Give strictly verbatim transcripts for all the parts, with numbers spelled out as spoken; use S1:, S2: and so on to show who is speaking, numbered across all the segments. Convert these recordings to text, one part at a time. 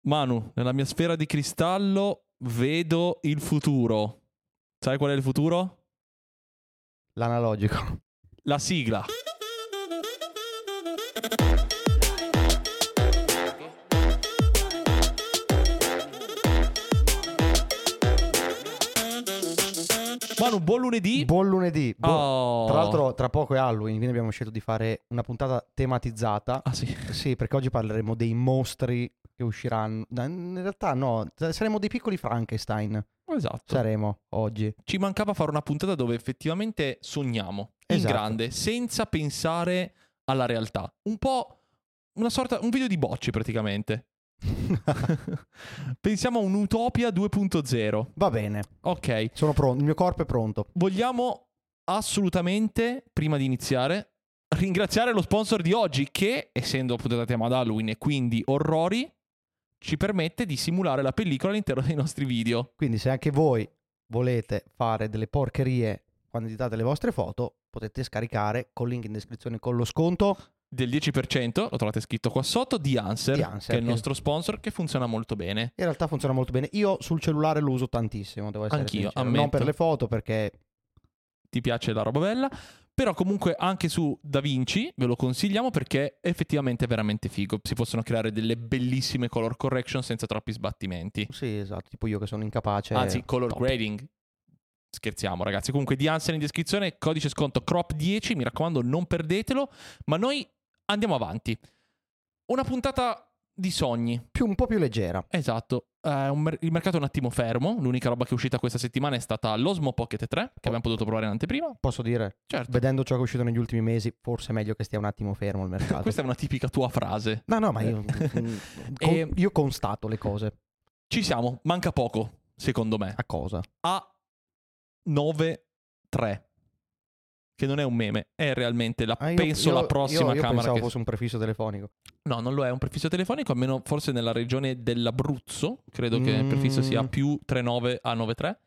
S1: Manu, nella mia sfera di cristallo vedo il futuro. Sai qual è il futuro?
S2: L'analogico.
S1: La sigla. Manu, buon lunedì.
S2: Buon lunedì. Buon...
S1: Oh.
S2: Tra l'altro tra poco è Halloween, quindi abbiamo scelto di fare una puntata tematizzata.
S1: Ah sì.
S2: Sì, perché oggi parleremo dei mostri che usciranno. In realtà no, saremo dei piccoli Frankenstein.
S1: Esatto.
S2: Saremo oggi.
S1: Ci mancava fare una puntata dove effettivamente sogniamo in
S2: Esatto.
S1: grande, senza pensare alla realtà. Un po' una sorta, un video di bocce praticamente. Pensiamo a un'utopia due punto zero.
S2: Va bene.
S1: Ok.
S2: Sono pronto, il mio corpo è pronto.
S1: Vogliamo assolutamente, prima di iniziare, ringraziare lo sponsor di oggi che, essendo appunto tema ad Halloween e quindi orrori, ci permette di simulare la pellicola all'interno dei nostri video.
S2: Quindi se anche voi volete fare delle porcherie quando editate le vostre foto, potete scaricare col link in descrizione con lo sconto
S1: Del dieci per cento, lo trovate scritto qua sotto, di Answer,
S2: di Answer,
S1: che è il
S2: che-
S1: nostro sponsor, che funziona molto bene.
S2: In realtà funziona molto bene. Io sul cellulare lo uso tantissimo, devo essere
S1: Anch'io,
S2: sincero.
S1: ammetto.
S2: Non per le foto, perché
S1: Ti piace la roba bella, però comunque anche su DaVinci ve lo consigliamo perché effettivamente è veramente figo. Si possono creare delle bellissime color correction senza troppi sbattimenti.
S2: sì, esatto, tipo io che sono incapace.
S1: Anzi, color
S2: top.
S1: grading. Scherziamo ragazzi. Comunque di Answer in descrizione, codice sconto crop dieci, mi raccomando non perdetelo. Ma noi andiamo avanti. Una puntata di sogni.
S2: Più, un po' più leggera.
S1: Esatto. Eh, un mer- il mercato è un attimo fermo. L'unica roba che è uscita questa settimana è stata l'Osmo Pocket tre, che abbiamo potuto provare in anteprima.
S2: Posso dire,
S1: Certo.
S2: vedendo ciò che è uscito negli ultimi mesi, forse è meglio che stia un attimo fermo il mercato.
S1: Questa è una tipica tua frase.
S2: No, no, ma io, mm, con-
S1: E-
S2: io constato le cose.
S1: Ci siamo, manca poco, secondo me.
S2: A cosa?
S1: A nove tre. Che non è un meme, è realmente la,
S2: Ah, io-
S1: penso
S2: io-
S1: la prossima
S2: io, io
S1: camera
S2: pensavo
S1: che...
S2: fosse un prefisso telefonico.
S1: No, non lo è, è un prefisso telefonico, almeno forse nella regione dell'Abruzzo. Credo che il prefisso sia
S2: Mm.
S1: più trentanove A novantatré.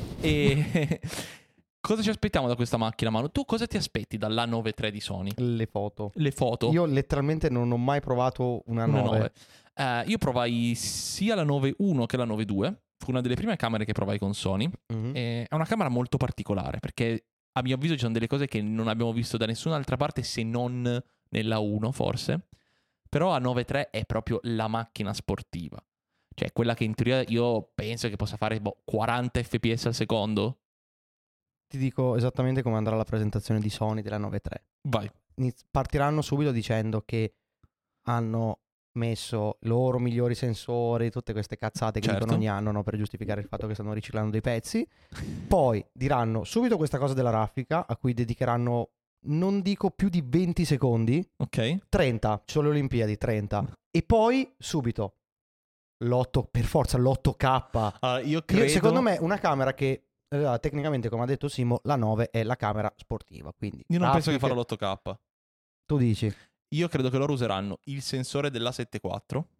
S1: E cosa ci aspettiamo da questa macchina, Manu? Tu cosa ti aspetti dall'A novantatré di Sony?
S2: Le foto.
S1: Le foto?
S2: Io letteralmente non ho mai provato una
S1: Una
S2: nove.
S1: nove. Eh, io provai sia la nove uno che la nove due. Fu una delle prime camere che provai con Sony.
S2: Mhm.
S1: E è una camera molto particolare perché a mio avviso ci sono delle cose che non abbiamo visto da nessun'altra parte se non nella uno forse. Però A novantatré è proprio la macchina sportiva. Cioè quella che in teoria io penso che possa fare boh, quaranta F P S al secondo.
S2: Ti dico esattamente come andrà la presentazione di Sony della nove tre.
S1: Vai.
S2: Iniz- Partiranno subito dicendo che hanno messo i loro migliori sensori, tutte queste cazzate che
S1: Certo.
S2: dicono ogni anno, no, per giustificare il fatto che stanno riciclando dei pezzi. Poi diranno subito questa cosa della raffica, a cui dedicheranno, non dico più di venti secondi,
S1: Ok.
S2: trenta, ci sono le Olimpiadi, trenta. E poi subito l'otto, per forza l'otto K.
S1: Uh, io
S2: Io-
S1: credo...
S2: secondo me una camera che eh, tecnicamente, come ha detto Simo, la nove è la camera sportiva, quindi
S1: Io non penso che
S2: raffiche-
S1: farà l'otto K.
S2: Tu dici?
S1: Io credo che loro useranno il sensore dell'A settantaquattro,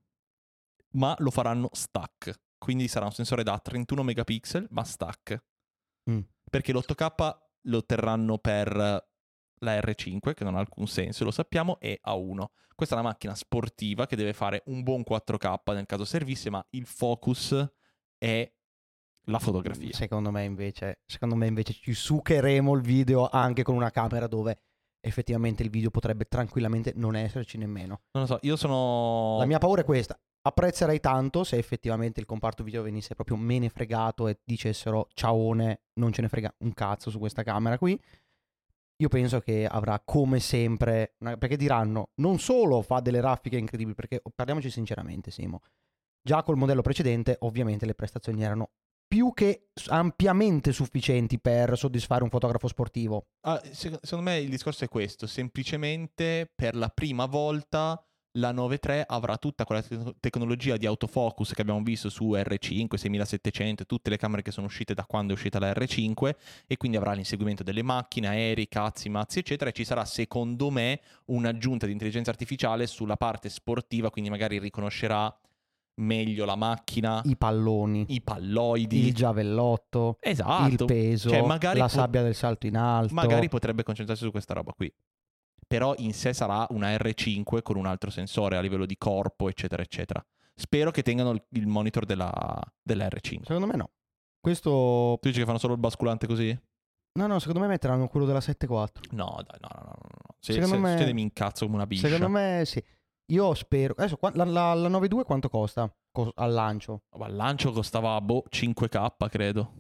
S1: ma lo faranno stack. Quindi sarà un sensore da trentuno megapixel, ma stack.
S2: Mm.
S1: Perché l'otto K lo terranno per la R cinque, che non ha alcun senso, lo sappiamo, e A uno. Questa è una macchina sportiva che deve fare un buon quattro K nel caso servisse, ma il focus è la fotografia.
S2: Secondo me invece, secondo me invece ci succheremo il video anche con una camera dove effettivamente il video potrebbe tranquillamente non esserci nemmeno.
S1: Non lo so, io sono...
S2: La mia paura è questa. Apprezzerei tanto se effettivamente il comparto video venisse proprio mene fregato e dicessero ciaone, non ce ne frega un cazzo su questa camera qui. Io penso che avrà come sempre, una- perché diranno non solo fa delle raffiche incredibili, perché parliamoci sinceramente Simo, già col modello precedente ovviamente le prestazioni erano più che ampiamente sufficienti per soddisfare un fotografo sportivo.
S1: Ah, sec- secondo me il discorso è questo, semplicemente per la prima volta la nove tre avrà tutta quella te- tecnologia di autofocus che abbiamo visto su R cinque, seiemilasettecento, tutte le camere che sono uscite da quando è uscita la R cinque, e quindi avrà l'inseguimento delle macchine, aerei, cazzi, mazzi, eccetera, e ci sarà secondo me un'aggiunta di intelligenza artificiale sulla parte sportiva, quindi magari riconoscerà meglio la macchina,
S2: I palloni,
S1: i palloidi,
S2: il giavellotto,
S1: esatto,
S2: il peso,
S1: cioè magari
S2: la
S1: po-
S2: sabbia del salto in alto.
S1: magari potrebbe concentrarsi su questa roba qui. Però in sé sarà una R cinque con un altro sensore a livello di corpo, eccetera, eccetera. Spero che tengano il, il monitor della, della R cinque.
S2: Secondo me no. Questo...
S1: Tu dici che fanno solo il basculante così?
S2: No, no, secondo me metteranno quello della sette quattro.
S1: No, dai, no, no, no. no. Se,
S2: Secondo
S1: se,
S2: me...
S1: se mi incazzo come una biscia.
S2: Secondo me sì. Io spero... Adesso qua- la, la, la nove due quanto costa Co- al lancio?
S1: Ma al lancio costava, boh, cinque K, credo.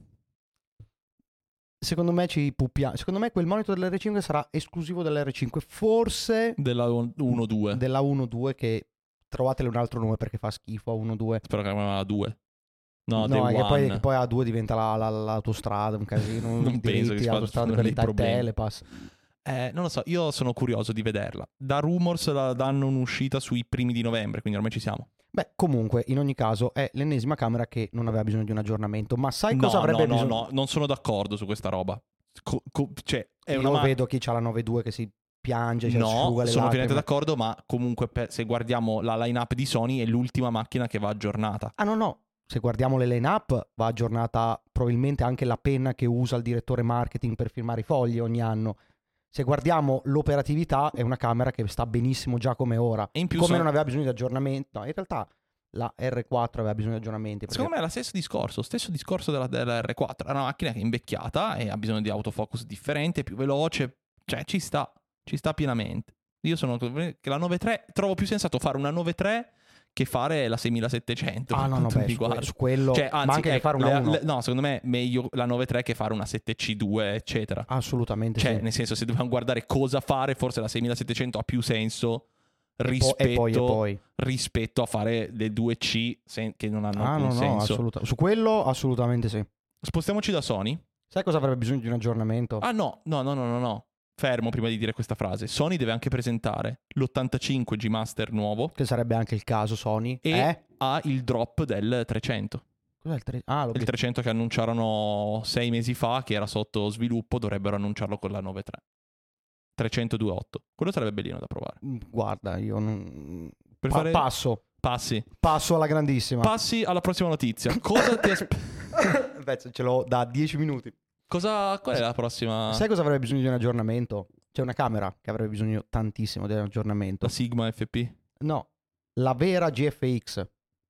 S2: Secondo me ci puppia. Secondo me quel monitor dell'R cinque sarà esclusivo dell'R cinque. Forse...
S1: Della uno due.
S2: Della uno due che... Trovatele un altro nome perché fa schifo a uno due.
S1: Spero che non la due. No,
S2: No,
S1: The
S2: è che
S1: One.
S2: poi, che poi A due diventa la, la, l'autostrada, un casino.
S1: Non
S2: i
S1: penso
S2: diritti,
S1: che si
S2: autostrada
S1: facciano
S2: per
S1: dei
S2: l'età
S1: problemi.
S2: Telepass.
S1: Eh, non lo so, io sono curioso di vederla. Da rumors la danno un'uscita sui primi di novembre, quindi ormai ci siamo.
S2: Beh, comunque, in ogni caso, è l'ennesima camera che non aveva bisogno di un aggiornamento. Ma sai cosa
S1: no,
S2: avrebbe
S1: no,
S2: bisogno?
S1: No, no, non sono d'accordo su questa roba. Co- co- cioè, è
S2: Io
S1: una ma-
S2: vedo chi ha la nove due che si piange, cioè
S1: No,
S2: si asciuga le
S1: sono
S2: lacrime.
S1: pienamente d'accordo, ma comunque per- se guardiamo la line-up di Sony è l'ultima macchina che va aggiornata.
S2: Ah no, no. Se guardiamo le line-up, va aggiornata probabilmente anche la penna che usa il direttore marketing per firmare i fogli ogni anno. Se guardiamo l'operatività, è una camera che sta benissimo già come ora.
S1: E in più
S2: come
S1: sono-
S2: non aveva bisogno di aggiornamento. No, in realtà la R quattro aveva bisogno di aggiornamenti. perché-
S1: Secondo me è lo stesso discorso, stesso discorso della, della R quattro. È una macchina che è invecchiata e ha bisogno di autofocus differente, più veloce. Cioè, ci sta, ci sta pienamente. Io sono che la nove tre trovo più sensato fare una nove tre che fare la seimilasettecento.
S2: Ah
S1: per
S2: no, no,
S1: quanto
S2: beh,
S1: mi
S2: su,
S1: riguarda.
S2: que- su quello...
S1: Cioè, anzi,
S2: ma anche che
S1: ecco,
S2: fare una
S1: le-
S2: uno.
S1: le- no, secondo me è meglio la nove tre che fare una sette C due, eccetera.
S2: Assolutamente
S1: Cioè,
S2: sì.
S1: nel senso, se dobbiamo guardare cosa fare, forse la seimilasettecento ha più senso
S2: E po-
S1: rispetto,
S2: e poi, e poi.
S1: rispetto a fare le due C sen- che non hanno
S2: Ah
S1: alcun
S2: no, no,
S1: senso.
S2: assoluta- su quello assolutamente sì.
S1: Spostiamoci da Sony.
S2: Sai cosa avrebbe bisogno di un aggiornamento?
S1: Ah no, no, no, no, no, no. Fermo prima di dire questa frase. Sony deve anche presentare l'ottantacinque G Master nuovo
S2: Che sarebbe anche il caso Sony.
S1: e
S2: Eh?
S1: ha il drop del trecento.
S2: Cos'è il tre... Ah,
S1: Il trecento che annunciarono sei mesi fa, che era sotto sviluppo, dovrebbero annunciarlo con la nove tre. trecento due otto. Quello sarebbe bellino da provare.
S2: Guarda, io non...
S1: Per
S2: Pa-
S1: fare...
S2: Passo.
S1: Passi.
S2: Passo alla grandissima.
S1: Passi alla prossima notizia. Cosa ti aspetti?
S2: Beh, ce l'ho da dieci minuti.
S1: Cosa... Qual è la prossima?
S2: Sai cosa avrebbe bisogno di un aggiornamento? C'è una camera che avrebbe bisogno tantissimo di un aggiornamento.
S1: La Sigma F P?
S2: No, la vera G F X.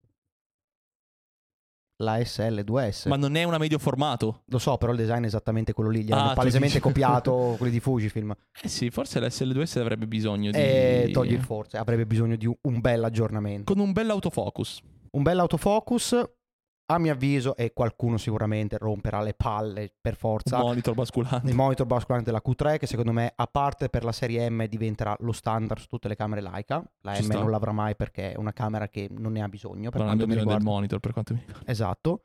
S2: La S L due S.
S1: Ma non è una medio formato?
S2: Lo so, però il design è esattamente quello lì. Gli
S1: Ah,
S2: hanno
S1: tu
S2: palesemente
S1: dici-
S2: copiato quelli di Fujifilm.
S1: Eh sì, forse la S L due S avrebbe bisogno di...
S2: E togli il forse. Avrebbe bisogno di un, un bel aggiornamento.
S1: Con un bel autofocus.
S2: Un bel autofocus, a mio avviso, e qualcuno sicuramente romperà le palle per forza.
S1: Monitor basculante.
S2: Il monitor basculante della Q tre, che secondo me, a parte per la serie M, diventerà lo standard su tutte le camere Leica. La
S1: Ci
S2: M
S1: sta.
S2: non l'avrà mai perché è una camera che non ne ha bisogno, per
S1: Non
S2: quanto
S1: abbiamo
S2: mi
S1: bisogno del
S2: riguarda.
S1: monitor per quanto mi riguarda.
S2: Esatto.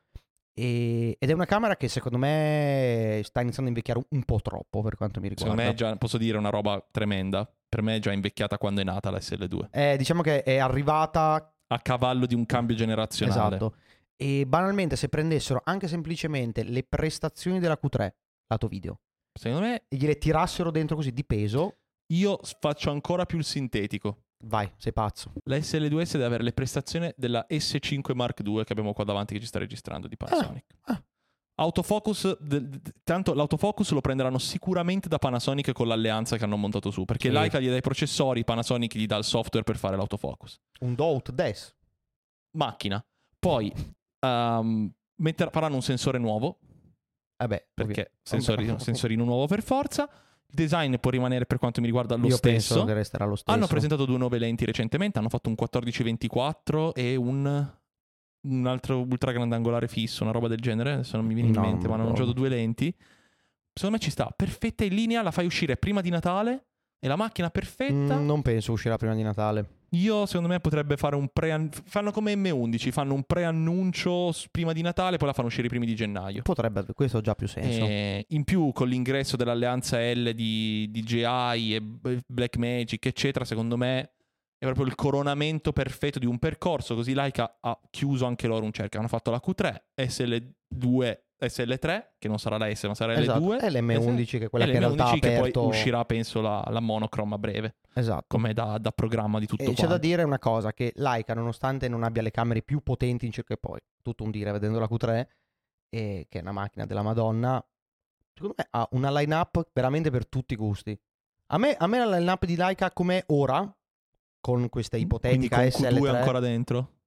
S2: E- ed è una camera che secondo me sta iniziando a invecchiare un, un po' troppo per quanto mi riguarda.
S1: Secondo me è già, posso dire una roba tremenda. Per me è già invecchiata quando è nata la S L due.
S2: Eh, diciamo che è arrivata...
S1: A cavallo di un cambio generazionale.
S2: Esatto. E banalmente, se prendessero anche semplicemente le prestazioni della Q tre, lato video,
S1: Secondo me
S2: e gliele tirassero dentro così di peso,
S1: io faccio ancora più il sintetico.
S2: vai, sei pazzo.
S1: La S L due S deve avere le prestazioni della S cinque Mark due che abbiamo qua davanti che ci sta registrando di Panasonic.
S2: Ah, ah.
S1: Autofocus, de- de- tanto l'autofocus lo prenderanno sicuramente da Panasonic con l'alleanza che hanno montato su, perché
S2: Sì.
S1: Leica gli dà i processori, Panasonic gli dà il software per fare l'autofocus.
S2: Un Dout Des.
S1: Macchina. Poi um, metter- faranno un sensore nuovo,
S2: Vabbè,
S1: perché sensorino, sensorino nuovo per forza. Il design può rimanere per quanto mi riguarda lo
S2: io
S1: stesso.
S2: penso che resterà lo stesso.
S1: Hanno presentato due nuove lenti recentemente, hanno fatto un quattordici ventiquattro e un, un altro ultra grandangolare fisso, una roba del genere, adesso non mi viene in
S2: No,
S1: mente, ma
S2: non
S1: hanno
S2: mi
S1: lanciato due lenti. Secondo me ci sta, perfetta in linea, la fai uscire prima di Natale e la macchina perfetta.
S2: Mm, non penso uscirà prima di Natale.
S1: Io secondo me potrebbe fare un pre fanno come M undici, fanno un preannuncio s- prima di Natale, poi la fanno uscire i primi di gennaio.
S2: Potrebbe, questo ha già più senso.
S1: E in più con l'ingresso dell'alleanza L di, di J I e B- Blackmagic eccetera, secondo me è proprio il coronamento perfetto di un percorso, così Leica ha chiuso anche loro un cerchio. Hanno fatto la Q tre, S L due, S L tre, che non sarà la S ma sarà
S2: Esatto.
S1: L due,
S2: E l'M undici che è quella
S1: e
S2: che in realtà ha
S1: l'M undici che
S2: aperto...
S1: poi uscirà penso la, la monochrome a breve,
S2: Esatto.
S1: come da, da programma di tutto
S2: E c'è
S1: quanto.
S2: da dire una cosa, che Leica, nonostante non abbia le camere più potenti in circa, e poi tutto un dire vedendo la Q tre, e che è una macchina della Madonna, secondo me ha una line-up veramente per tutti i gusti. A me, a me la line-up di Leica com'è ora, con questa
S1: Quindi
S2: ipotetica
S1: con
S2: S L
S1: Q due
S2: tre,
S1: ancora dentro?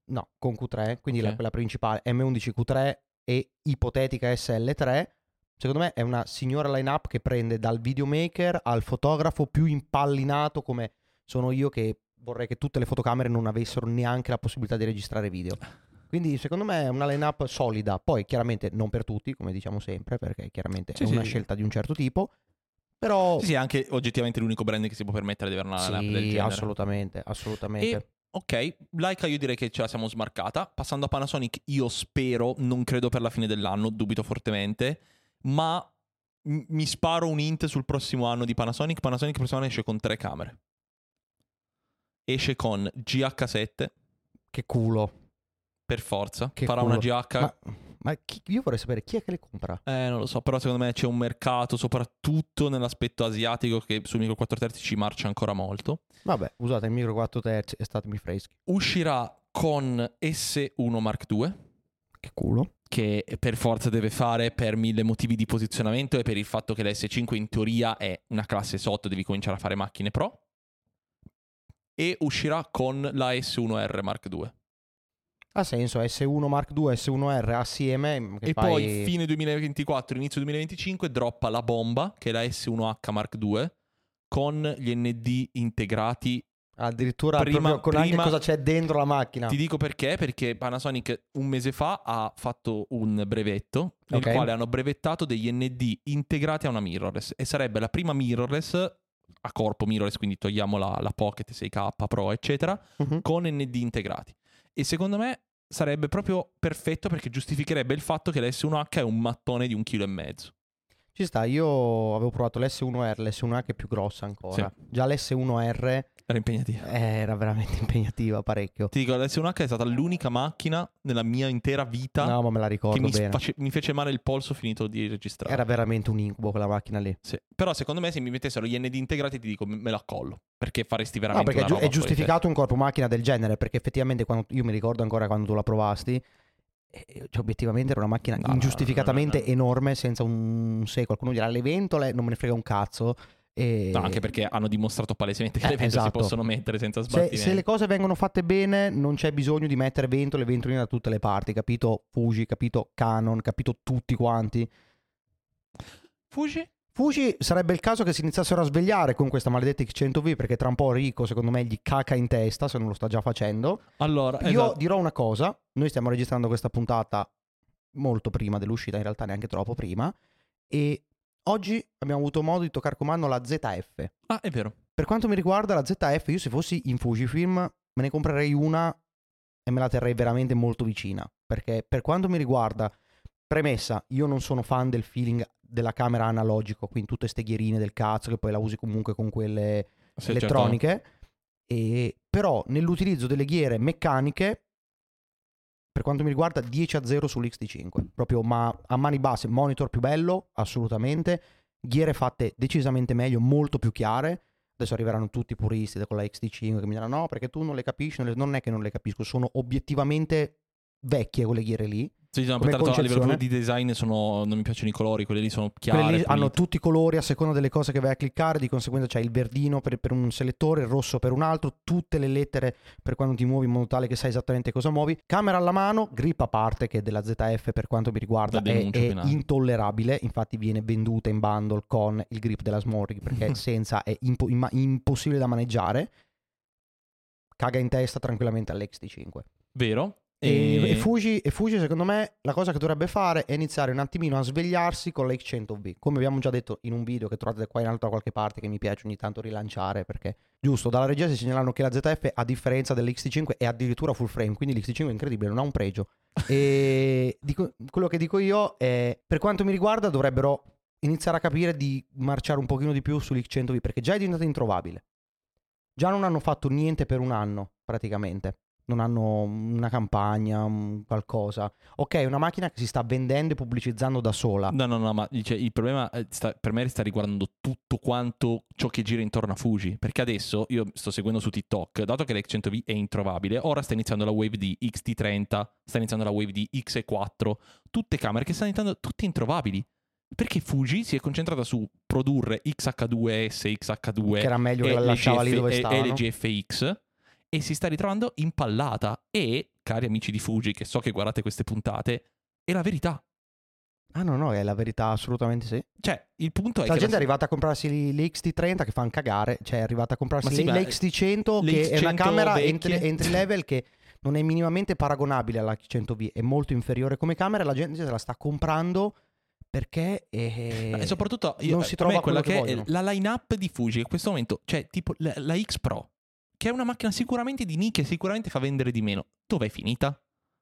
S2: No, con Q tre, quindi
S1: Ok.
S2: la, quella principale M undici Q tre e ipotetica S L tre. Secondo me è una signora line-up che prende dal videomaker al fotografo più impallinato come sono io, che vorrei che tutte le fotocamere non avessero neanche la possibilità di registrare video. Quindi secondo me è una line-up solida. Poi chiaramente non per tutti, come diciamo sempre, perché chiaramente
S1: Sì,
S2: è una
S1: sì.
S2: scelta di un certo tipo. Però
S1: Sì, sì, è anche oggettivamente l'unico brand che si può permettere di avere una lineup del
S2: sì,
S1: genere.
S2: assolutamente, assolutamente.
S1: E ok, Leica io direi che ce la siamo smarcata. Passando a Panasonic, io spero, non credo per la fine dell'anno, dubito fortemente, ma m- mi sparo un hint sul prossimo anno di Panasonic. Panasonic il prossimo anno esce con tre camere. Esce con G H sette,
S2: Che culo.
S1: per forza.
S2: Che
S1: Farà
S2: culo.
S1: una G H.
S2: Ma, ma chi- io vorrei sapere chi è che le compra.
S1: Eh, non lo so, però secondo me c'è un mercato, soprattutto nell'aspetto asiatico, che sul micro quattro terzi ci marcia ancora molto.
S2: Vabbè, usate il micro quattro terzi e statemi freschi.
S1: Uscirà con S uno Mark due,
S2: Che culo.
S1: che per forza deve fare per mille motivi di posizionamento e per il fatto che la S cinque in teoria è una classe sotto, devi cominciare a fare macchine pro. E uscirà con la S uno R Mark due.
S2: Ha senso, S uno Mark due e S uno R assieme. Che
S1: E
S2: fai...
S1: poi fine duemilaventiquattro, inizio duemilaventicinque droppa la bomba, che è la S uno H Mark due, con gli N D integrati.
S2: Addirittura
S1: Prima-
S2: proprio con anche
S1: prima-
S2: cosa c'è dentro la macchina.
S1: Ti dico perché, perché Panasonic un mese fa ha fatto un brevetto nel
S2: Ok.
S1: quale hanno brevettato degli N D integrati a una mirrorless, e sarebbe la prima mirrorless a corpo mirrorless, quindi togliamo la, la Pocket sei K Pro eccetera,
S2: Mhm.
S1: con N D integrati. E secondo me sarebbe proprio perfetto, perché giustificherebbe il fatto che l'S uno H è un mattone di un chilo e mezzo.
S2: Ci sta, io avevo provato l'S uno R, l'S uno H è più grossa ancora. Già l'S uno R
S1: Era impegnativo.
S2: era veramente impegnativa, parecchio.
S1: Ti dico, l'S uno H è stata l'unica macchina nella mia intera vita
S2: No, ma me la
S1: che
S2: ricordo
S1: mi,
S2: bene.
S1: face- mi fece male il polso finito di registrare.
S2: Era veramente un incubo quella macchina lì.
S1: Sì. Però secondo me se mi mettessero gli N D integrati ti dico me la collo, perché faresti
S2: No,
S1: veramente
S2: perché è,
S1: una
S2: giu-
S1: roba
S2: è
S1: fuori
S2: giustificato un corpo macchina del genere, perché effettivamente quando io mi ricordo ancora quando tu la provasti, eh, cioè, obiettivamente era una macchina
S1: No, no,
S2: ingiustificatamente
S1: no, no, no.
S2: enorme, senza un sé. Qualcuno dirà le ventole, non me ne frega un cazzo. E...
S1: No, anche perché hanno dimostrato palesemente che
S2: Eh,
S1: le ventole
S2: esatto.
S1: si possono mettere senza
S2: Se,
S1: sbattimento.
S2: se le cose vengono fatte bene, non c'è bisogno di mettere ventole e ventoline da tutte le parti, capito? Fuji, capito? Canon, capito tutti quanti.
S1: Fuji?
S2: Fuji sarebbe il caso che si iniziassero a svegliare con questa maledetta X cento V, perché tra un po' Rico secondo me gli caca in testa se non lo sta già facendo.
S1: Allora,
S2: Io
S1: esatto.
S2: dirò una cosa, noi stiamo registrando questa puntata molto prima dell'uscita, in realtà neanche troppo prima, e oggi abbiamo avuto modo di toccare con mano la Z F.
S1: Ah, è vero.
S2: Per quanto mi riguarda la Z F, io se fossi in Fujifilm me ne comprerei una e me la terrei veramente molto vicina, perché per quanto mi riguarda, premessa, io non sono fan del feeling della camera analogico, quindi tutte ste ghierine del cazzo che poi la usi comunque con quelle
S1: Sì,
S2: elettroniche, e però nell'utilizzo delle ghiere meccaniche, per quanto mi riguarda, dieci a zero sull'X T cinque, proprio, ma a mani basse, monitor più bello, assolutamente, ghiere fatte decisamente meglio, molto più chiare. Adesso arriveranno tutti i puristi con la X T cinque che mi diranno no, perché tu non le capisci, non, le... non è che non le capisco, sono obiettivamente vecchie quelle ghiere lì.
S1: Sì, no,
S2: Come
S1: pertanto a livello
S2: concezione.
S1: di design sono, non mi piacciono i colori, quelli lì sono chiare,
S2: Quelli lì hanno
S1: pulite.
S2: tutti i colori a seconda delle cose che vai a cliccare, di conseguenza c'hai il verdino per, per un selettore, il rosso per un altro, tutte le lettere per quando ti muovi in modo tale che sai esattamente cosa muovi. Camera alla mano, grip a parte, che della Z F per quanto mi riguarda
S1: La
S2: è,
S1: denuncio
S2: è
S1: penale.
S2: intollerabile, infatti viene venduta in bundle con il grip della Smorg perché senza è impo- imma- impossibile da maneggiare. Caga in testa tranquillamente all'X T cinque.
S1: Vero?
S2: E, e, Fuji, e Fuji secondo me la cosa che dovrebbe fare è iniziare un attimino a svegliarsi con la X cento V, come abbiamo già detto in un video che trovate qua in alto da qualche parte, che mi piace ogni tanto rilanciare, perché giusto, dalla regia si segnalano che la Z F a differenza dell'X T cinque è addirittura full frame, quindi l'X T cinque è incredibile, non ha un pregio. E dico, quello che dico io è, per quanto mi riguarda dovrebbero iniziare a capire di marciare un pochino di più sull'X cento V, perché già è diventata introvabile, già non hanno fatto niente per un anno praticamente. Non hanno una campagna, un qualcosa. Ok, è una macchina che si sta vendendo e pubblicizzando da sola.
S1: No, no, no, ma cioè, il problema sta, per me sta riguardando tutto quanto ciò che gira intorno a Fuji. Perché adesso io sto seguendo su TikTok, dato che l'X cento V è introvabile, ora sta iniziando la wave di X T trenta, sta iniziando la wave di X E quattro, tutte camere che stanno iniziando tutte introvabili. Perché Fuji si è concentrata su produrre X H due S, X H due
S2: Che era meglio che
S1: e
S2: la
S1: le
S2: lasciava
S1: G F
S2: lì dove
S1: e-
S2: stavano.
S1: e le G F X, e si sta ritrovando impallata, e cari amici di Fuji, che so che guardate queste puntate, è la verità.
S2: Ah no, no, è la verità, assolutamente sì.
S1: Cioè, il punto è
S2: La
S1: che...
S2: gente
S1: la...
S2: è arrivata a comprarsi le X T trenta che fanno cagare, cioè è arrivata a comprarsi
S1: sì,
S2: le,
S1: ma
S2: le X T cento
S1: le
S2: che
S1: X
S2: è una
S1: cento
S2: camera entry,
S1: vecchie.
S2: entry level che non è minimamente paragonabile alla cento V, è molto inferiore come camera e la gente se la sta comprando perché eh,
S1: e soprattutto io,
S2: non si
S1: a
S2: trova
S1: me quella
S2: quello che,
S1: che è
S2: vogliono.
S1: la line-up di Fuji in questo momento, cioè tipo la, la X Pro, che è una macchina sicuramente di nicchia, sicuramente fa vendere di meno. Dov'è finita?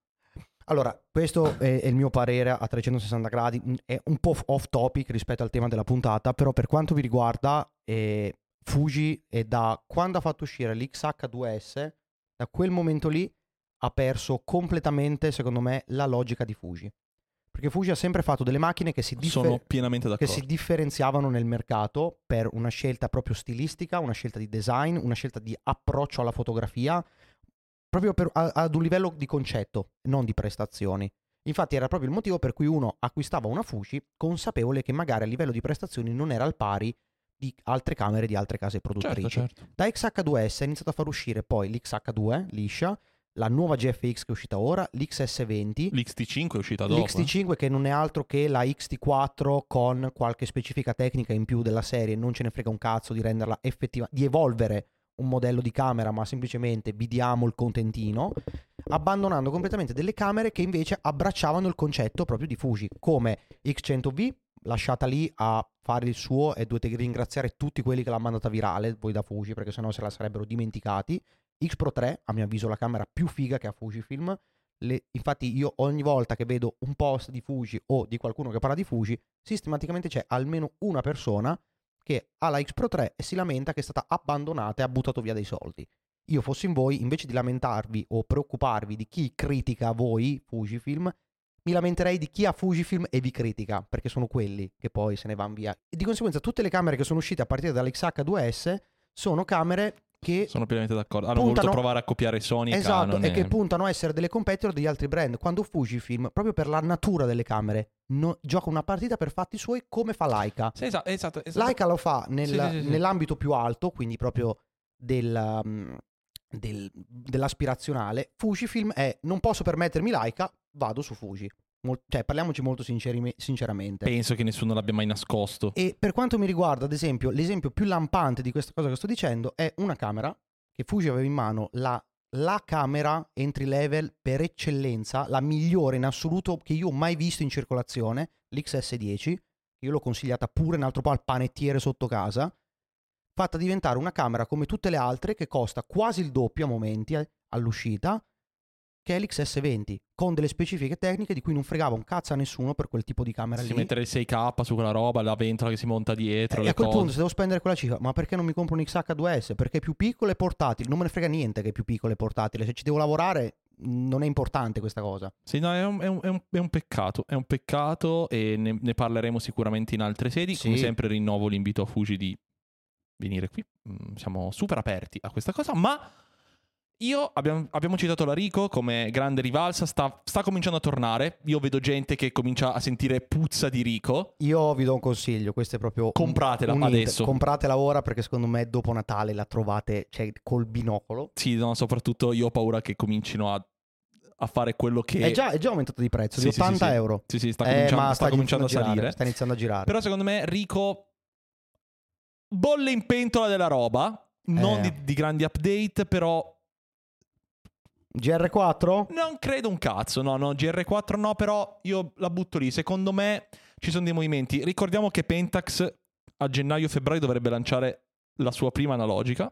S2: Allora, questo è, è il mio parere a trecentosessanta gradi, è un po' off topic rispetto al tema della puntata, però per quanto vi riguarda eh, Fuji è da quando ha fatto uscire l'X H due S, da quel momento lì ha perso completamente, secondo me, la logica di Fuji. Perché Fuji ha sempre fatto delle macchine che si, differ-
S1: Sono pienamente
S2: che
S1: d'accordo.
S2: si differenziavano nel mercato per una scelta proprio stilistica, una scelta di design, una scelta di approccio alla fotografia, proprio per, a, ad un livello di concetto, non di prestazioni. Infatti era proprio il motivo per cui uno acquistava una Fuji consapevole che magari a livello di prestazioni non era al pari di altre camere di altre case produttrici.
S1: Certo, certo.
S2: Da X H due S è iniziato a far uscire poi l'X H due liscia, la nuova G F X che è uscita ora, l'X S venti,
S1: l'X T cinque è uscita dopo.
S2: l'X T cinque che non è altro che la X T quattro con qualche specifica tecnica in più della serie, non ce ne frega un cazzo di renderla effettiva, di evolvere un modello di camera, ma semplicemente vi diamo il contentino, abbandonando completamente delle camere che invece abbracciavano il concetto proprio di Fuji, come X cento V, lasciata lì a fare il suo e dovete ringraziare tutti quelli che l'hanno mandata virale, voi da Fuji, perché sennò se la sarebbero dimenticati. X Pro tre, a mio avviso, la camera più figa che ha Fujifilm. Le, infatti io ogni volta che vedo un post di Fuji o di qualcuno che parla di Fuji, sistematicamente c'è almeno una persona che ha la X Pro tre e si lamenta che è stata abbandonata e ha buttato via dei soldi. Io fossi in voi, invece di lamentarvi o preoccuparvi di chi critica voi Fujifilm, mi lamenterei di chi ha Fujifilm e vi critica, perché sono quelli che poi se ne vanno via. E di conseguenza tutte le camere che sono uscite a partire dall'X H due S sono camere che
S1: sono pienamente d'accordo. Hanno
S2: puntano,
S1: voluto provare a copiare Sony e
S2: esatto,
S1: Canon
S2: e
S1: e
S2: che puntano a essere delle competitor degli altri brand. Quando Fujifilm, proprio per la natura delle camere, no, gioca una partita per fatti suoi come fa Leica.
S1: Sì, esatto, esatto, esatto.
S2: Leica lo fa nel,
S1: Sì, sì, sì, sì.
S2: nell'ambito più alto, quindi proprio del, um, del, dell'aspirazionale. Fujifilm è non posso permettermi Leica, vado su Fuji. Mol- cioè, parliamoci molto sinceri- sinceramente.
S1: Penso che nessuno l'abbia mai nascosto.
S2: E per quanto mi riguarda, ad esempio, l'esempio più lampante di questa cosa che sto dicendo è una camera che Fuji aveva in mano, la, la camera entry level per eccellenza, la migliore in assoluto che io ho mai visto in circolazione, l'X S dieci. Io l'ho consigliata pure un altro po' al panettiere sotto casa, fatta diventare una camera come tutte le altre che costa quasi il doppio a momenti eh, all'uscita, che è l'X S venti, con delle specifiche tecniche di cui non fregava un cazzo a nessuno per quel tipo di camera
S1: Si
S2: lì.
S1: mettere il sei K su quella roba, la ventola che si monta dietro,
S2: E
S1: le
S2: a quel
S1: cose.
S2: punto se devo spendere quella cifra, ma perché non mi compro un X H due S? Perché è più piccolo e portatile, non me ne frega niente che è più piccolo e portatile, se ci devo lavorare non è importante questa cosa.
S1: Sì, no, è un, è un- è un- è un peccato, è un peccato e ne, ne parleremo sicuramente in altre sedi.
S2: Sì.
S1: Come sempre rinnovo l'invito a Fuji di venire qui. Mm, Siamo super aperti a questa cosa, ma io abbiamo, abbiamo citato la Ricoh come grande rivalsa, sta, sta cominciando a tornare. Io vedo gente che comincia a sentire puzza di Ricoh.
S2: Io vi do un consiglio, questo è proprio... un-
S1: Compratela
S2: un hit.
S1: adesso.
S2: Compratela ora perché secondo me dopo Natale la trovate, cioè, col binocolo.
S1: Sì, no, soprattutto io ho paura che comincino a, a fare quello che...
S2: È già, è già aumentato di prezzo,
S1: Sì,
S2: di
S1: sì, sì,
S2: ottanta
S1: sì.
S2: euro.
S1: Sì, sì, sta
S2: Eh,
S1: cominciando,
S2: ma
S1: sta cominciando a
S2: iniziando
S1: salire.
S2: girare, sta iniziando a girare.
S1: Però secondo me Ricoh bolle in pentola della roba, non
S2: Eh.
S1: di, di grandi update, però
S2: G R quattro?
S1: non credo un cazzo. No, no, G R quattro no, però io la butto lì. Secondo me ci sono dei movimenti. Ricordiamo che Pentax a gennaio-febbraio dovrebbe lanciare la sua prima analogica.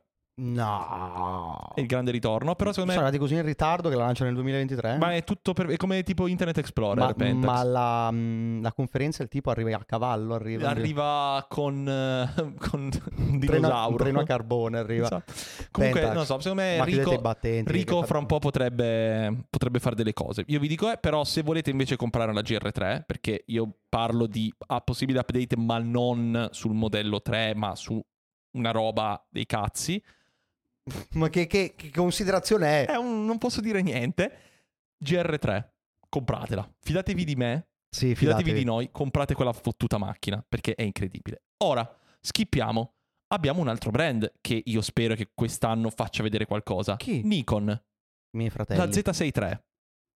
S2: No.
S1: È il grande ritorno. Però secondo
S2: Sono
S1: me...
S2: andati così in ritardo che la lanciano nel duemilaventitré?
S1: Ma è tutto per... è come tipo Internet Explorer,
S2: Ma,
S1: Pentax.
S2: ma la, mh, la conferenza il tipo arriva a cavallo, arriva,
S1: Arriva con, eh, con un
S2: un treno,
S1: dinosauro.
S2: un treno a carbone arriva.
S1: Esatto. Comunque,
S2: Pentax.
S1: non so, secondo me
S2: Ma chiudete
S1: Ricoh,
S2: i battenti,
S1: Ricoh
S2: che
S1: fra
S2: fa-
S1: un po' potrebbe, potrebbe fare delle cose. Io vi dico, eh, però se volete invece comprare la G R tre, perché io parlo di ah, possibili update, ma non sul modello tre, ma su una roba dei cazzi.
S2: Ma che, che- che considerazione è?
S1: È un, non posso dire niente. G R tre, compratela. Fidatevi di me,
S2: Sì,
S1: fidatevi di noi, comprate quella fottuta macchina, perché è incredibile. Ora, skippiamo. Abbiamo un altro brand che io spero che quest'anno faccia vedere qualcosa.
S2: Chi?
S1: Nikon.
S2: Miei fratelli.
S1: La Z sei tre.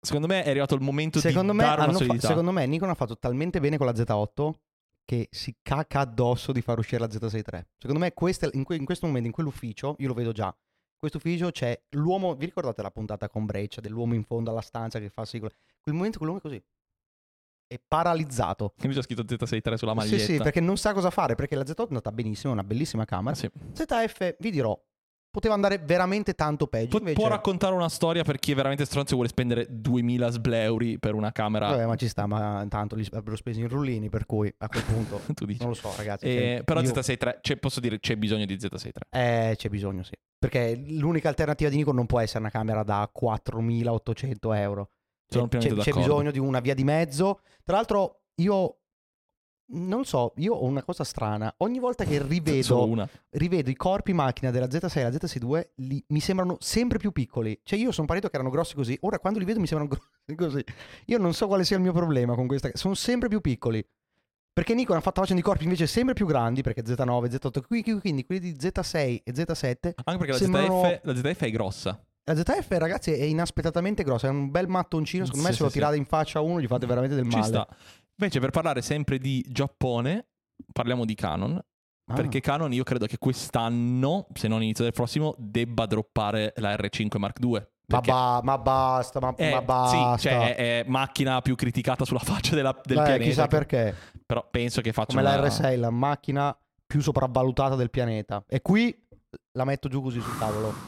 S1: Secondo me è arrivato il momento
S2: secondo
S1: di
S2: me
S1: dare una
S2: hanno fa-
S1: solidità.
S2: secondo me Nikon ha fatto talmente bene con la Z otto che si caca addosso di far uscire la Z sei tre. Secondo me queste- in, que- in questo momento, in quell'ufficio, io lo vedo già. In questo ufficio c'è l'uomo, vi ricordate la puntata con Breccia dell'uomo in fondo alla stanza che fa sigla? Quel momento quell'uomo è così. È paralizzato.
S1: Invece ho scritto Z sei tre sulla maglietta.
S2: Sì, sì, perché non sa cosa fare, perché la Z otto è andata benissimo, è una bellissima camera.
S1: Sì.
S2: Z F, vi dirò, poteva andare veramente tanto peggio.
S1: Pu-
S2: Invece...
S1: Può raccontare una storia per chi è veramente stronzo e vuole spendere duemila sbleuri per una camera.
S2: Vabbè, ma ci sta, ma intanto li avrebbero spesi in rullini, per cui a quel punto
S1: Tu dici.
S2: non lo so, ragazzi.
S1: Eh,
S2: cioè,
S1: però
S2: io-
S1: Z sei tre, c'è- posso dire, c'è bisogno di Z sei tre.
S2: Eh, c'è bisogno, sì. Perché l'unica alternativa di Nikon non può essere una camera da quattromilaottocento euro. Cioè,
S1: Sono pienamente
S2: c'è, c'è
S1: d'accordo.
S2: bisogno di una via di mezzo. Tra l'altro, io non so, io ho una cosa strana. Ogni volta che
S1: Solo
S2: rivedo,
S1: una.
S2: rivedo i corpi macchina della Z sei e la Z sei due, li- mi sembrano sempre più piccoli. Cioè, io sono partito che erano grossi così. Ora, quando li vedo, mi sembrano grossi così. Io non so quale sia il mio problema con questa. Sono sempre più piccoli. Perché Nikon ha fatto facendo i corpi invece sempre più grandi, perché Z nove, Z otto, qui- qui- quindi quelli di Z sei e Z sette.
S1: Anche perché la,
S2: sembrano-
S1: Z F, la Z F è grossa.
S2: La Z F, ragazzi, è inaspettatamente grossa, è un bel mattoncino. Secondo
S1: Sì,
S2: me, se
S1: sì,
S2: lo
S1: sì.
S2: tirate in faccia a uno, gli fate veramente del
S1: Ci
S2: male.
S1: sta. Invece per parlare sempre di Giappone, parliamo di Canon.
S2: Ah.
S1: Perché Canon io credo che quest'anno, se non inizio del prossimo, debba droppare la R cinque Mark due.
S2: Ma,
S1: Perché
S2: ba- ma basta, ma,
S1: è,
S2: ma basta.
S1: sì, cioè è, è macchina più criticata sulla faccia della- del
S2: Eh,
S1: pianeta.
S2: chissà perché.
S1: Però penso che faccia
S2: Come
S1: una...
S2: la R sei, la macchina più sopravvalutata del pianeta. E qui la metto giù così sul tavolo.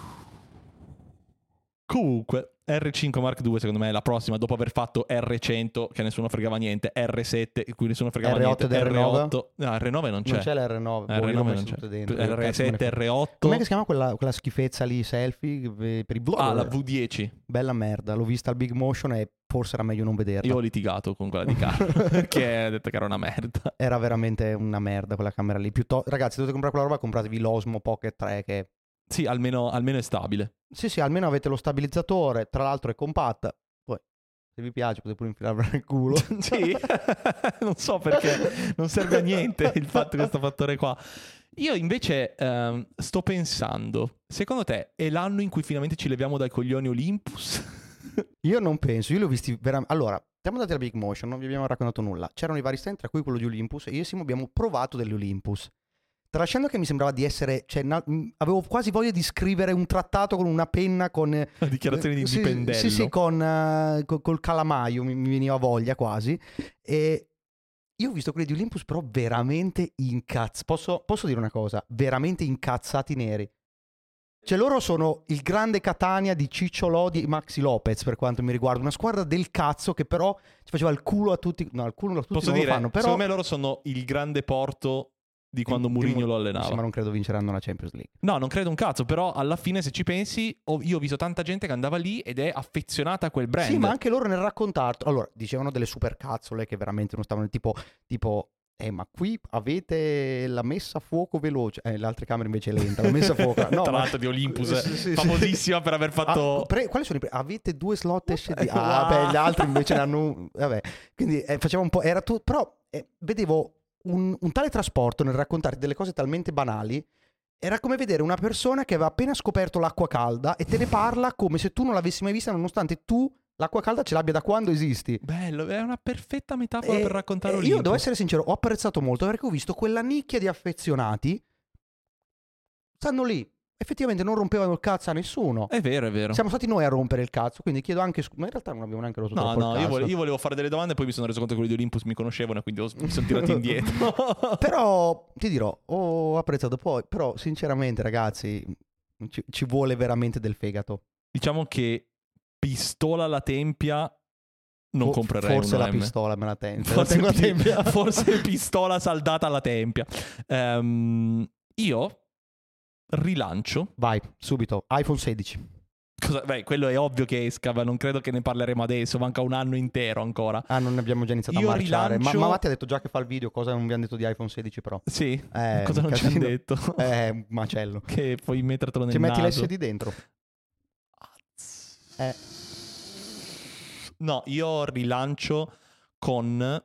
S1: Comunque, R cinque Mark due secondo me è la prossima, dopo aver fatto R cento, che nessuno fregava niente, R sette, cui nessuno fregava
S2: R otto
S1: niente,
S2: ed R nove?
S1: R otto... No, R nove non c'è.
S2: Non c'è l'R nove, boh,
S1: R
S2: io l'ho
S1: nove
S2: messo
S1: non c'è.
S2: tutte dentro. che cazzo me
S1: R
S2: ne
S1: sette,
S2: frega.
S1: R otto...
S2: Com'è che si chiama quella, quella schifezza lì, selfie, eh, per i vlog?
S1: Ah, la V dieci.
S2: Bella merda, l'ho vista al Big Motion e forse era meglio non vederla.
S1: Io ho litigato con quella di Canon, perché ha detto che era una merda.
S2: Era veramente una merda quella camera lì. Piuttosto, ragazzi, dovete comprare quella roba, compratevi l'Osmo Pocket tre che...
S1: Sì, almeno, almeno è stabile.
S2: Sì, sì, almeno avete lo stabilizzatore, tra l'altro è compatta. Poi, se vi piace, potete pure infilarvela nel culo.
S1: Sì, non so perché non serve a niente il fatto questo fattore qua. Io invece ehm, sto pensando, secondo te è l'anno in cui finalmente ci leviamo dai coglioni Olympus?
S2: Io non penso, io li ho visti veramente... Allora, siamo andati alla Big Motion, non vi abbiamo raccontato nulla. C'erano i vari stand, tra cui quello di Olympus, e io e Simo abbiamo provato degli Olympus. Tralasciando che mi sembrava di essere... Cioè, na- mh, avevo quasi voglia di scrivere un trattato con una penna, con... eh,
S1: La dichiarazione di
S2: sì,
S1: indipendello.
S2: Sì, sì, con, eh, co- col calamaio, mi, mi veniva voglia quasi. E io ho visto quelli di Olympus, però veramente incazzati. Posso, posso dire una cosa? Veramente incazzati neri. Cioè loro sono il grande Catania di Ciccio Lodi e Maxi Lopez per quanto mi riguarda, una squadra del cazzo che però ci faceva il culo a tutti, no, il culo a tutti
S1: Posso
S2: non
S1: dire,
S2: lo fanno, però
S1: secondo me loro sono il grande porto di quando
S2: di-
S1: Mourinho
S2: di-
S1: lo
S2: sì,
S1: allenava.
S2: ma non credo vinceranno la Champions League.
S1: No, non credo un cazzo, però alla fine se ci pensi, ho- io ho visto tanta gente che andava lì ed è affezionata a quel brand.
S2: Sì, ma anche loro nel raccontarlo, allora, dicevano delle super cazzole che veramente non stavano, tipo, tipo eh, ma qui avete la messa a fuoco veloce. Eh, le altre camere invece è lenta. La messa a fuoco. No,
S1: Tra
S2: ma...
S1: l'altro di Olympus,
S2: Sì, sì, sì.
S1: famosissima per aver fatto...
S2: Ah, pre- quali sono i pre- Avete due slot S D.
S1: Eh,
S2: Ah,
S1: wow.
S2: beh, gli altri invece ne hanno un... Vabbè. Quindi eh, faceva un po'... Era tu... Però eh, vedevo un, un tale trasporto nel raccontare delle cose talmente banali. Era come vedere una persona che aveva appena scoperto l'acqua calda e te ne parla come se tu non l'avessi mai vista, nonostante tu l'acqua calda ce l'abbia da quando esisti.
S1: Bello, è una perfetta metafora
S2: E-
S1: per raccontare
S2: e
S1: Olympus.
S2: Io devo essere sincero, ho apprezzato molto perché ho visto quella nicchia di affezionati. Stanno lì, effettivamente non rompevano il cazzo a nessuno.
S1: È vero, è vero.
S2: Siamo stati noi a rompere il cazzo, quindi chiedo anche scusa. Ma in realtà non abbiamo neanche rotto
S1: No,
S2: troppo
S1: no,
S2: il
S1: io
S2: cazzo.
S1: volevo, io volevo fare delle domande e poi mi sono reso conto che quelli di Olympus mi conoscevano e quindi ho- mi sono tirato indietro.
S2: Però ti dirò, ho apprezzato poi, però sinceramente ragazzi, ci, ci vuole veramente del fegato.
S1: Diciamo che pistola alla tempia non
S2: Fo-
S1: comprerei
S2: Forse
S1: un
S2: la
S1: O M.
S2: pistola me la tengo.
S1: Forse,
S2: la tengo a
S1: pi-
S2: tempia.
S1: forse pistola saldata alla tempia. Ehm, io rilancio.
S2: Vai, subito, iPhone sedici.
S1: Cosa, beh, quello è ovvio che esca, ma non credo che ne parleremo adesso. Manca un anno intero ancora.
S2: Ah, non ne abbiamo già iniziato
S1: Io
S2: a marciare.
S1: rilancio-
S2: Ma, ma Matti ha detto già che fa il video, cosa non vi hanno detto di iPhone sedici Pro?
S1: Sì,
S2: Eh,
S1: cosa non
S2: un
S1: ci hanno
S2: casino.
S1: detto?
S2: Eh, un macello.
S1: Che puoi mettertelo nel
S2: Ci metti
S1: naso.
S2: l'S D dentro. Eh.
S1: No, io rilancio con...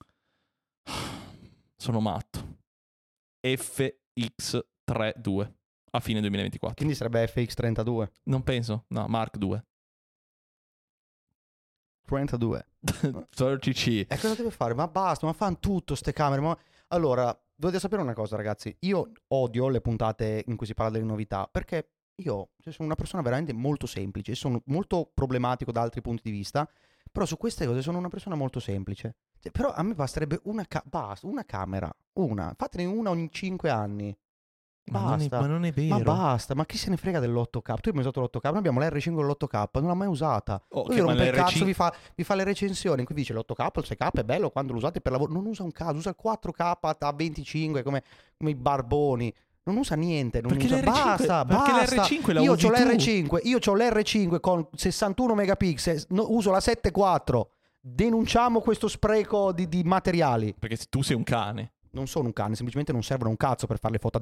S1: Sono matto. F X trentadue a fine duemilaventiquattro.
S2: Quindi sarebbe F X trentadue.
S1: Non penso, no, Mark due.
S2: trentadue.
S1: tredici C.
S2: E cosa deve fare? Ma basta, ma fanno tutto ste camere. Ma... Allora, dovete sapere una cosa, ragazzi. Io odio le puntate in cui si parla delle novità, perché io sono una persona veramente molto semplice, sono molto problematico da altri punti di vista, però su queste cose sono una persona molto semplice. Cioè, però a me basterebbe una, ca- basta, una camera, una. Fatene una ogni cinque anni.
S1: Ma non, è,
S2: Basta.
S1: ma non è vero.
S2: Ma basta, ma chi se ne frega dell'otto K? Tu hai mai usato l'otto K? Noi abbiamo l'R cinque con l'otto K, non l'ho mai usata.
S1: Oh,
S2: Lui
S1: che
S2: rompe
S1: ma
S2: il
S1: l'R cinque
S2: cazzo, vi fa, vi fa le recensioni in cui dice l'otto K, il sei K è bello quando lo usate per lavoro. Non usa un cazzo, usa il quattro K a venticinque come, come i barboni. Non usa niente, non
S1: Perché
S2: usa...
S1: l'R cinque
S2: Basta,
S1: perché
S2: basta.
S1: l'R cinque la
S2: io
S1: usi
S2: ho
S1: tu.
S2: l'R cinque, io ho l'R cinque con sessantuno megapixel, no, uso la sette quattro. Denunciamo questo spreco di, di materiali.
S1: Perché tu sei un cane.
S2: Non sono un cane, semplicemente non servono un cazzo per fare le foto.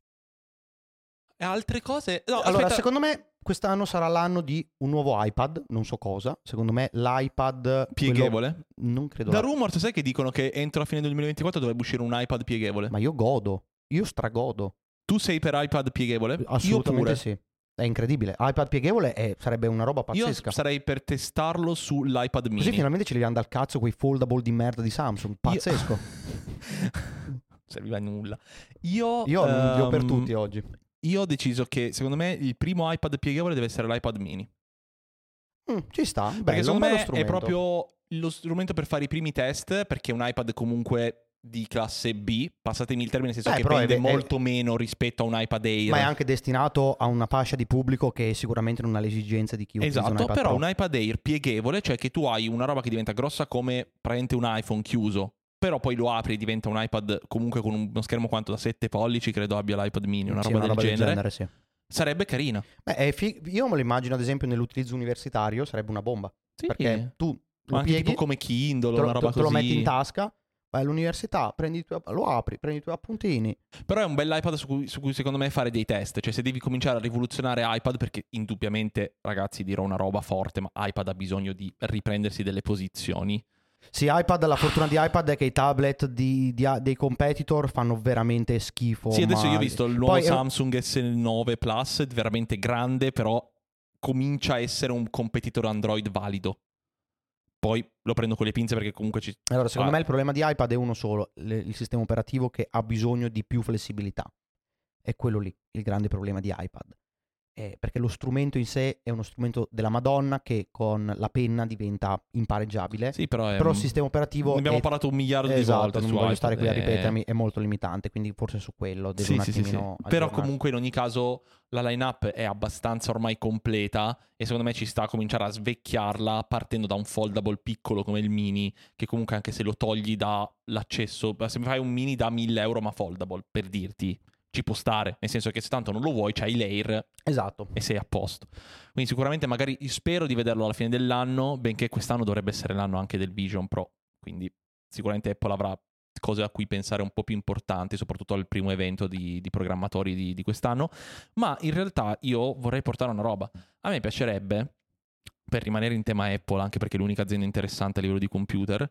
S1: E altre cose? No,
S2: Allora,
S1: aspetta.
S2: secondo me quest'anno sarà l'anno di un nuovo iPad, non so cosa. Secondo me l'iPad...
S1: Pieghevole?
S2: quello- Non credo.
S1: Da
S2: la-
S1: rumors sai che dicono che entro la fine del duemilaventiquattro dovrebbe uscire un iPad pieghevole.
S2: Ma io godo, io stragodo.
S1: Tu sei per iPad pieghevole?
S2: Assolutamente
S1: Io pure.
S2: sì. È incredibile. iPad pieghevole è- sarebbe una roba
S1: Io
S2: pazzesca.
S1: sarei per testarlo sull'iPad mini.
S2: Così finalmente ce li hanno dal cazzo quei foldable di merda di Samsung. Pazzesco.
S1: Io... Serviva a nulla. Io,
S2: Io non li ho per
S1: ehm,
S2: tutti oggi.
S1: Io ho deciso che secondo me il primo iPad pieghevole deve essere l'iPad mini.
S2: Mm, ci sta.
S1: Perché
S2: Bello, un
S1: secondo
S2: bello
S1: me è
S2: strumento.
S1: proprio lo strumento per fare i primi test, perché un iPad comunque di classe B, passatemi il termine, nel senso
S2: Eh,
S1: che
S2: però è
S1: vende
S2: ve- è-
S1: molto meno rispetto a un iPad Air.
S2: Ma è anche destinato a una fascia di pubblico che sicuramente non ha le esigenze di chi utilizza un
S1: Esatto,
S2: iPad
S1: però
S2: Pro.
S1: un iPad Air pieghevole, cioè che tu hai una roba che diventa grossa come praticamente un iPhone chiuso, però poi lo apri e diventa un iPad comunque con uno schermo quanto da sette pollici, credo abbia l'iPad mini, una
S2: Sì,
S1: roba,
S2: una
S1: del,
S2: roba
S1: genere.
S2: del genere, sì.
S1: Sarebbe carina.
S2: Beh, è fi- io me lo immagino ad esempio nell'utilizzo universitario, sarebbe una bomba.
S1: Sì.
S2: Perché tu
S1: Ma
S2: lo
S1: anche
S2: pieghi,
S1: tipo come Kindle,
S2: te lo,
S1: una roba
S2: te- te lo
S1: così.
S2: metti in tasca, vai all'università, prendi i tuoi, lo apri, prendi i tuoi appuntini.
S1: Però è un bel iPad su cui, su cui secondo me fare dei test. Cioè se devi cominciare a rivoluzionare iPad, perché indubbiamente, ragazzi, dirò una roba forte, ma iPad ha bisogno di riprendersi delle posizioni.
S2: Sì, iPad, la fortuna di iPad è che i tablet di- di- dei competitor fanno veramente schifo.
S1: Sì, adesso
S2: ma-
S1: io ho visto il nuovo
S2: Poi è-
S1: Samsung S nove Plus, veramente grande, però comincia a essere un competitor Android valido. Poi lo prendo con le pinze perché comunque ci...
S2: Allora, secondo
S1: Ah.
S2: me il problema di iPad è uno solo, le- il sistema operativo che ha bisogno di più flessibilità. È quello lì, il grande problema di iPad. Eh, perché lo strumento in sé è uno strumento della Madonna che con la penna diventa impareggiabile.
S1: Sì, però è...
S2: Però il sistema operativo
S1: Ne abbiamo
S2: è...
S1: parlato un miliardo di
S2: esatto,
S1: volte
S2: non
S1: su
S2: voglio
S1: iPad,
S2: stare qui a
S1: eh.
S2: ripetermi, è molto limitante, quindi forse su quello devo
S1: Sì,
S2: un
S1: sì, sì, sì.
S2: attimino
S1: Però
S2: aggiornarsi.
S1: comunque in ogni caso la line-up è abbastanza ormai completa e secondo me ci sta a cominciare a svecchiarla partendo da un foldable piccolo come il mini, che comunque anche se lo togli dall'accesso, se mi fai un mini da mille euro ma foldable, per dirti, ci può stare, nel senso che se tanto non lo vuoi c'hai l'Air
S2: Esatto.
S1: e sei a posto. Quindi sicuramente magari spero di vederlo alla fine dell'anno, benché quest'anno dovrebbe essere l'anno anche del Vision Pro, quindi sicuramente Apple avrà cose a cui pensare un po' più importanti, soprattutto al primo evento di, di programmatori di, di quest'anno. Ma in realtà io vorrei portare una roba. A me piacerebbe, per rimanere in tema Apple, anche perché è l'unica azienda interessante a livello di computer,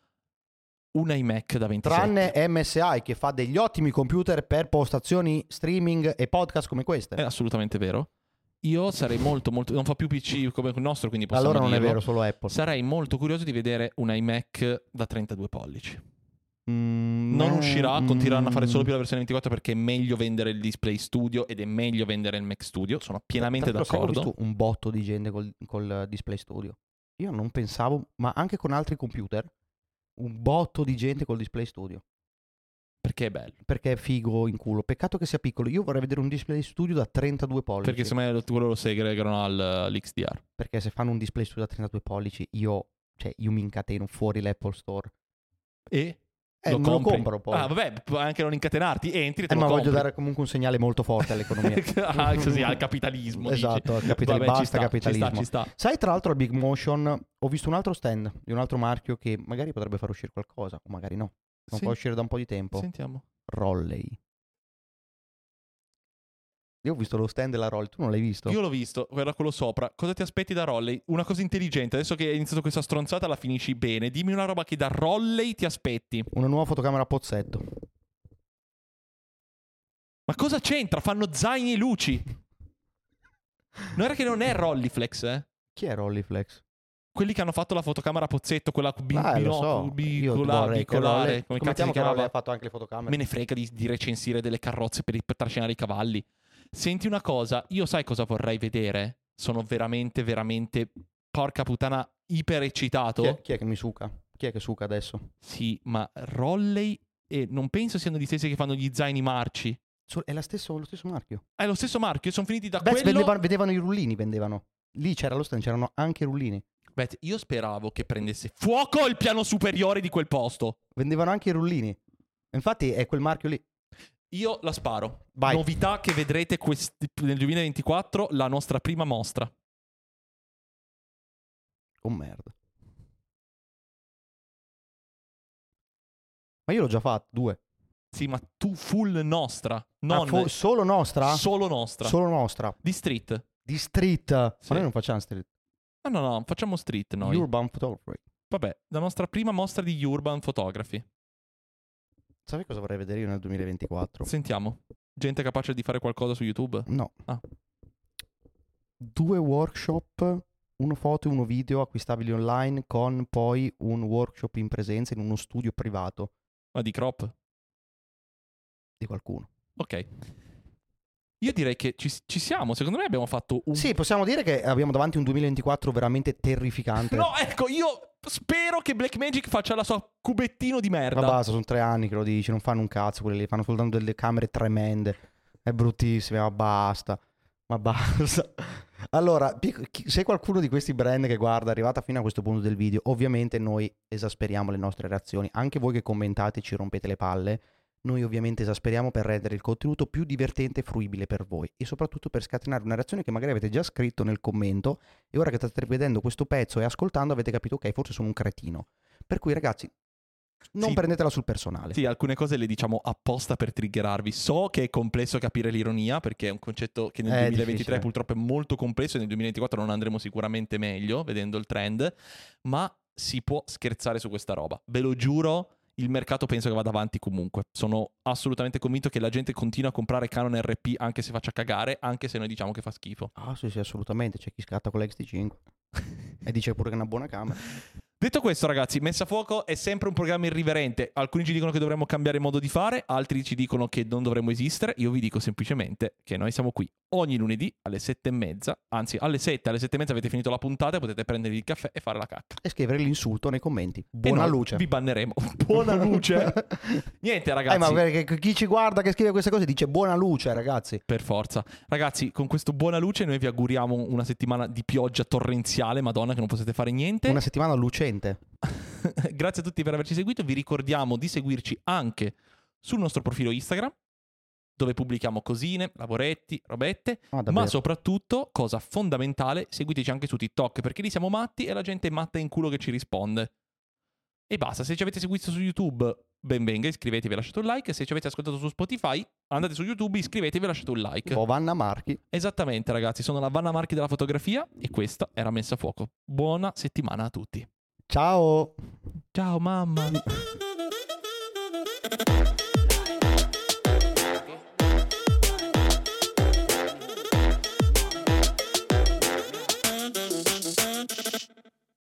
S1: un iMac da ventisette.
S2: Tranne M S I che fa degli ottimi computer per postazioni streaming e podcast come queste.
S1: È assolutamente vero. Io sarei molto molto... non fa più P C come il nostro, quindi possiamo
S2: Allora non
S1: dirlo.
S2: è vero, solo Apple.
S1: Sarei molto curioso di vedere un iMac da trentadue pollici.
S2: Mm,
S1: Non
S2: eh,
S1: uscirà, continueranno a fare solo
S2: mm.
S1: più la versione ventiquattro perché è meglio vendere il Display Studio ed è meglio vendere il Mac Studio. Sono pienamente
S2: Tra l'altro, sai,
S1: d'accordo.
S2: Ho visto un botto di gente col, col Display Studio. Io non pensavo, ma anche con altri computer, un botto di gente col Display Studio.
S1: Perché è bello.
S2: Perché è figo in culo. Peccato che sia piccolo. Io vorrei vedere un Display Studio da trentadue pollici.
S1: Perché secondo me quello lo segregano all'X D R.
S2: Perché se fanno un Display Studio da trentadue pollici, io, cioè, io mi incateno fuori l'Apple Store.
S1: E?
S2: Eh,
S1: lo
S2: me lo
S1: compri?
S2: compro poi.
S1: Ah, vabbè, puoi anche non incatenarti, entri e te
S2: Eh,
S1: lo
S2: ma
S1: compri.
S2: voglio dare comunque un segnale molto forte all'economia.
S1: Ah, così, al capitalismo.
S2: Esatto, al
S1: dici.
S2: capitalismo.
S1: Vabbè, ci
S2: Basta
S1: sta,
S2: capitalismo.
S1: Ci sta, ci sta.
S2: Sai, tra l'altro al Big Motion ho visto un altro stand di un altro marchio che magari potrebbe far uscire qualcosa, o magari no. Non
S1: Sì.
S2: fa uscire da un po' di tempo.
S1: Sentiamo.
S2: Rolley. Io ho visto lo stand della Rolley, tu non l'hai visto?
S1: Io l'ho visto, guarda quello sopra. Cosa ti aspetti da Rolley? Una cosa intelligente. Adesso che hai iniziato questa stronzata la finisci bene. Dimmi una roba che da Rolley ti aspetti.
S2: Una nuova fotocamera a pozzetto.
S1: Ma cosa c'entra? Fanno zaini e luci. Non era che non è Rolleiflex, eh?
S2: Chi è Rolleiflex?
S1: quelli che hanno fatto la fotocamera Pozzetto, quella bi-
S2: Ah, lo
S1: bino-
S2: so. Io
S1: bicola-
S2: vorrei che
S1: bicolare,
S2: lei-
S1: come cazzo si
S2: mettiamo che non
S1: chiamava?
S2: lei ha fatto anche le fotocamere.
S1: Me ne frega di, di recensire delle carrozze per, per trascinare i cavalli. Senti una cosa, io sai cosa vorrei vedere? Sono veramente, veramente, porca puttana, iper eccitato.
S2: Chi è, chi è che mi suca? Chi è che suca adesso?
S1: Sì, ma Rolley e non penso siano gli stessi che fanno gli zaini marci.
S2: So- È la stesso- lo stesso marchio.
S1: È lo stesso marchio, sono finiti da
S2: Beh,
S1: quello...
S2: vendevano, vendevano i rullini, vendevano. Lì c'era lo stand, c'erano anche i rullini.
S1: Beh, io speravo che prendesse fuoco il piano superiore di quel posto.
S2: Vendevano anche i rullini. Infatti è quel marchio lì.
S1: Io la sparo.
S2: Vai.
S1: Novità che vedrete questi- nel duemilaventiquattro, la nostra prima mostra.
S2: Oh merda. Ma io l'ho già fatto, due.
S1: Sì, ma tu full nostra, non
S2: Ah, fo- solo nostra?
S1: solo nostra.
S2: Solo nostra.
S1: Di street.
S2: Di street.
S1: Sì.
S2: Ma noi non facciamo street.
S1: Ah no, no, facciamo street noi.
S2: Urban photography.
S1: Vabbè, la nostra prima mostra di Urban Photography.
S2: Sai cosa vorrei vedere io nel duemilaventiquattro?
S1: Sentiamo. Gente capace di fare qualcosa su YouTube?
S2: No.
S1: Ah.
S2: Due workshop, uno foto e uno video acquistabili online con poi un workshop in presenza in uno studio privato
S1: Ma di crop?
S2: di qualcuno.
S1: Ok. Io direi che ci, ci siamo. Secondo me abbiamo fatto un...
S2: Sì, possiamo dire che abbiamo davanti un duemilaventiquattro veramente terrificante.
S1: No, ecco, io spero che Blackmagic faccia la sua cubettino di merda.
S2: Ma basta, sono tre anni che lo dici, non fanno un cazzo quelli lì, fanno soltanto delle camere tremende. È bruttissimo, ma basta. Ma basta. Allora, pic- chi- se qualcuno di questi brand che guarda è arrivata fino a questo punto del video, ovviamente noi esasperiamo le nostre reazioni. Anche voi che commentate e ci rompete le palle, noi ovviamente esasperiamo per rendere il contenuto più divertente e fruibile per voi e soprattutto per scatenare una reazione che magari avete già scritto nel commento e ora che state vedendo questo pezzo e ascoltando avete capito ok, forse sono un cretino. Per cui ragazzi, non
S1: Sì.
S2: prendetela sul personale.
S1: Sì, alcune cose le diciamo apposta per triggerarvi. So che è complesso capire l'ironia perché è un concetto che nel
S2: È
S1: duemilaventitré
S2: difficile.
S1: purtroppo è molto complesso e nel duemilaventiquattro non andremo sicuramente meglio vedendo il trend, ma si può scherzare su questa roba. Ve lo giuro, il mercato penso che vada avanti comunque. Sono assolutamente convinto che la gente continua a comprare Canon R P anche se faccia cagare, anche se noi diciamo che fa schifo.
S2: Ah sì sì, assolutamente, c'è chi scatta con l'X T cinque e dice pure che è una buona camera.
S1: Detto questo, ragazzi, Messa a Fuoco è sempre un programma irriverente. Alcuni ci dicono che dovremmo cambiare modo di fare, altri ci dicono che non dovremmo esistere. Io vi dico semplicemente che noi siamo qui ogni lunedì alle sette e mezza, anzi alle sette, alle sette e mezza avete finito la puntata, potete prendervi il caffè e fare la cacca.
S2: E scrivere l'insulto nei commenti.
S1: E
S2: Buona
S1: noi
S2: luce.
S1: Vi banneremo. Buona luce. Niente, ragazzi.
S2: Eh, ma perché chi ci guarda che scrive queste cose dice buona luce, ragazzi.
S1: Per forza. Ragazzi, con questo buona luce noi vi auguriamo una settimana di pioggia torrenziale, madonna che non potete fare niente.
S2: Una settimana lucente.
S1: Grazie a tutti per averci seguito. Vi ricordiamo di seguirci anche sul nostro profilo Instagram, dove pubblichiamo cosine, lavoretti, robette,
S2: Ah,
S1: ma
S2: davvero.
S1: soprattutto, cosa fondamentale, seguiteci anche su TikTok, perché lì siamo matti e la gente è matta in culo che ci risponde. E basta, se ci avete seguito su YouTube, ben venga, iscrivetevi e lasciate un like. Se ci avete ascoltato su Spotify, andate su YouTube, iscrivetevi e lasciate un like.
S2: Tipo Vanna Marchi.
S1: Esattamente, ragazzi, sono la Vanna Marchi della fotografia e questa era Messa a Fuoco. Buona settimana a tutti.
S2: Ciao.
S1: Ciao mamma.